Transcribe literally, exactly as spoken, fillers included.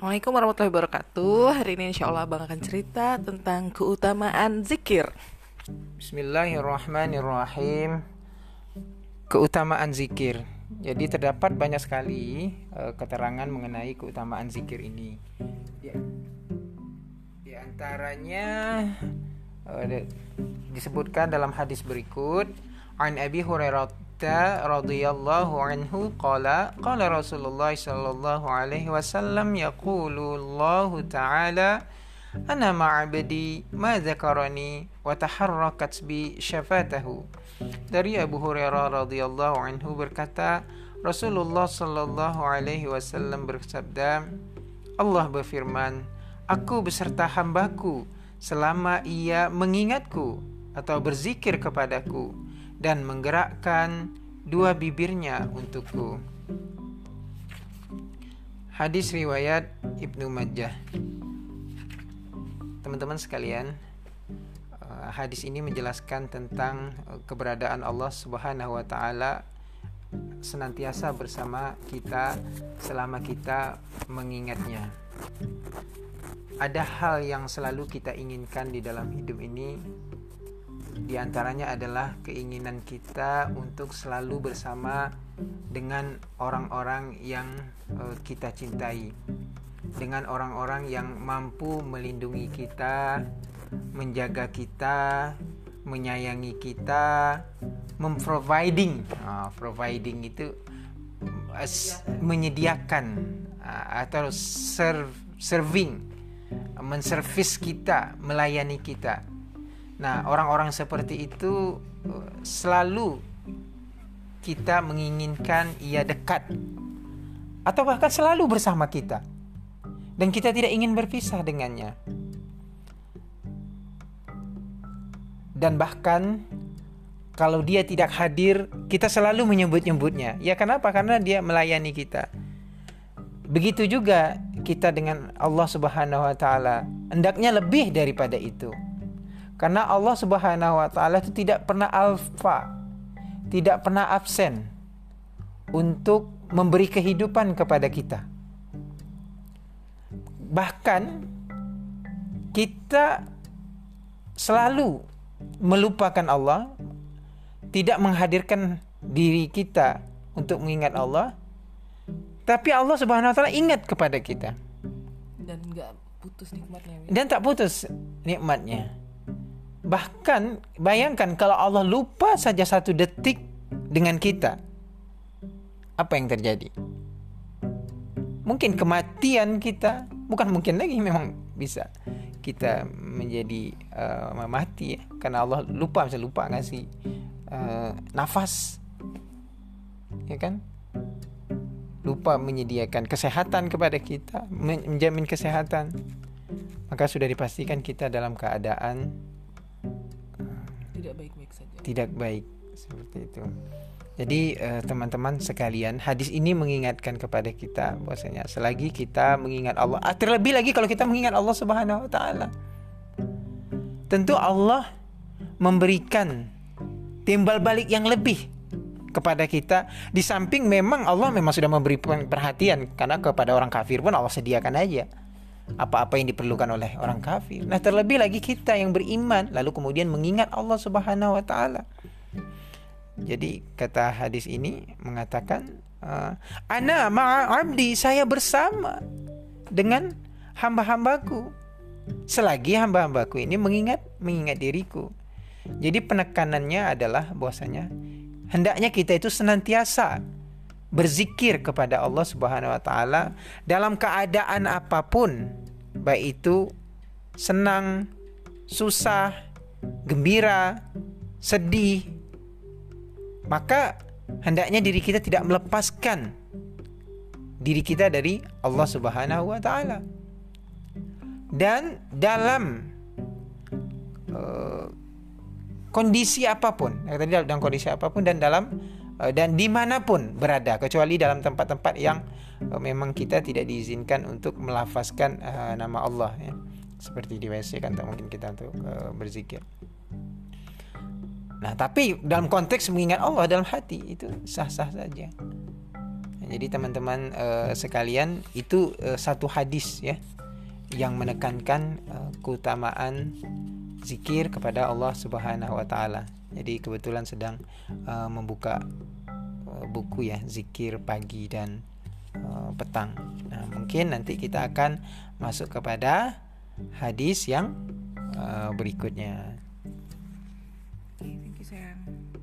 Assalamualaikum warahmatullahi wabarakatuh. Hari ini insya Allah Abang akan cerita tentang keutamaan zikir. Bismillahirrahmanirrahim. Keutamaan zikir. Jadi terdapat banyak sekali uh, keterangan mengenai keutamaan zikir ini. Di, di antaranya uh, disebutkan dalam hadis berikut. An Abi Hurairah radhiyallahu anhu qala qala Rasulullah sallallahu alaihi wasallam yaqulu Allah ta'ala ana ma'abdi ma dzakarani wa taharrakat bi syafatahu. Dari Abu Hurairah radhiyallahu anhu berkata, Rasulullah sallallahu alaihi wasallam bersabda, Allah berfirman, aku beserta hambaku selama ia mengingatku atau berzikir kepadaku dan menggerakkan dua bibirnya untukku. Hadis riwayat Ibnu Majah. Teman-teman sekalian, hadis ini menjelaskan tentang keberadaan Allah Subhanahu wa taala senantiasa bersama kita selama kita mengingatnya. Ada hal yang selalu kita inginkan di dalam hidup ini. Di antaranya adalah keinginan kita untuk selalu bersama dengan orang-orang yang uh, kita cintai, dengan orang-orang yang mampu melindungi kita, menjaga kita, menyayangi kita, memproviding, uh, providing itu uh, menyediakan uh, atau serve, serving, uh, menservis kita, melayani kita. Nah, orang-orang seperti itu selalu kita menginginkan ia dekat atau bahkan selalu bersama kita, dan kita tidak ingin berpisah dengannya. Dan bahkan kalau dia tidak hadir, kita selalu menyebut-nyebutnya. Ya, kenapa? Karena dia melayani kita. Begitu juga kita dengan Allah Subhanahu wa taala, hendaknya lebih daripada itu. Karena Allah Subhanahu wa taala itu tidak pernah alfa, tidak pernah absen untuk memberi kehidupan kepada kita. Bahkan kita selalu melupakan Allah, tidak menghadirkan diri kita untuk mengingat Allah, tapi Allah Subhanahu wa taala ingat kepada kita. Dan enggak putus nikmatnya. Dan tak putus nikmatnya. Bahkan bayangkan kalau Allah lupa saja satu detik dengan kita, apa yang terjadi? Mungkin kematian kita, bukan mungkin lagi, memang bisa kita menjadi uh, mati ya, karena Allah lupa, misalnya lupa ngasih uh, nafas, ya kan? Lupa menyediakan kesehatan kepada kita, menjamin kesehatan, maka sudah dipastikan kita dalam keadaan tidak baik-baik saja. Tidak baik seperti itu. Jadi eh, teman-teman sekalian, hadis ini mengingatkan kepada kita bahwasanya selagi kita mengingat Allah, ah, terlebih lagi kalau kita mengingat Allah Subhanahu wa taala, tentu Allah memberikan timbal balik yang lebih kepada kita. Di samping memang Allah memang sudah memberi perhatian, karena kepada orang kafir pun Allah sediakan aja apa-apa yang diperlukan oleh orang kafir. Nah, terlebih lagi kita yang beriman lalu kemudian mengingat Allah Subhanahu wa taala. Jadi kata hadis ini mengatakan, ana ma'a abdi, saya bersama dengan hamba-hambaku selagi hamba-hambaku ini mengingat mengingat diriku. Jadi penekanannya adalah bahwasanya hendaknya kita itu senantiasa berzikir kepada Allah Subhanahu wa taala dalam keadaan apapun, baik itu senang, susah, gembira, sedih. Maka hendaknya diri kita tidak melepaskan diri kita dari Allah Subhanahu wa taala. Dan dalam uh, kondisi apapun, tadi dalam kondisi apapun dan dalam dan dimanapun berada, kecuali dalam tempat-tempat yang uh, memang kita tidak diizinkan untuk melafazkan uh, nama Allah ya. Seperti di W C kan tak mungkin kita untuk uh, berzikir. Nah, tapi dalam konteks mengingat Allah dalam hati itu sah-sah saja Jadi teman-teman uh, sekalian, itu uh, satu hadis ya yang menekankan uh, keutamaan zikir kepada Allah Subhanahu wa taala. Jadi kebetulan sedang uh, membuka uh, buku ya, zikir pagi dan uh, petang. Nah, mungkin nanti kita akan masuk kepada hadis yang uh, berikutnya. Oke, thank you sayang.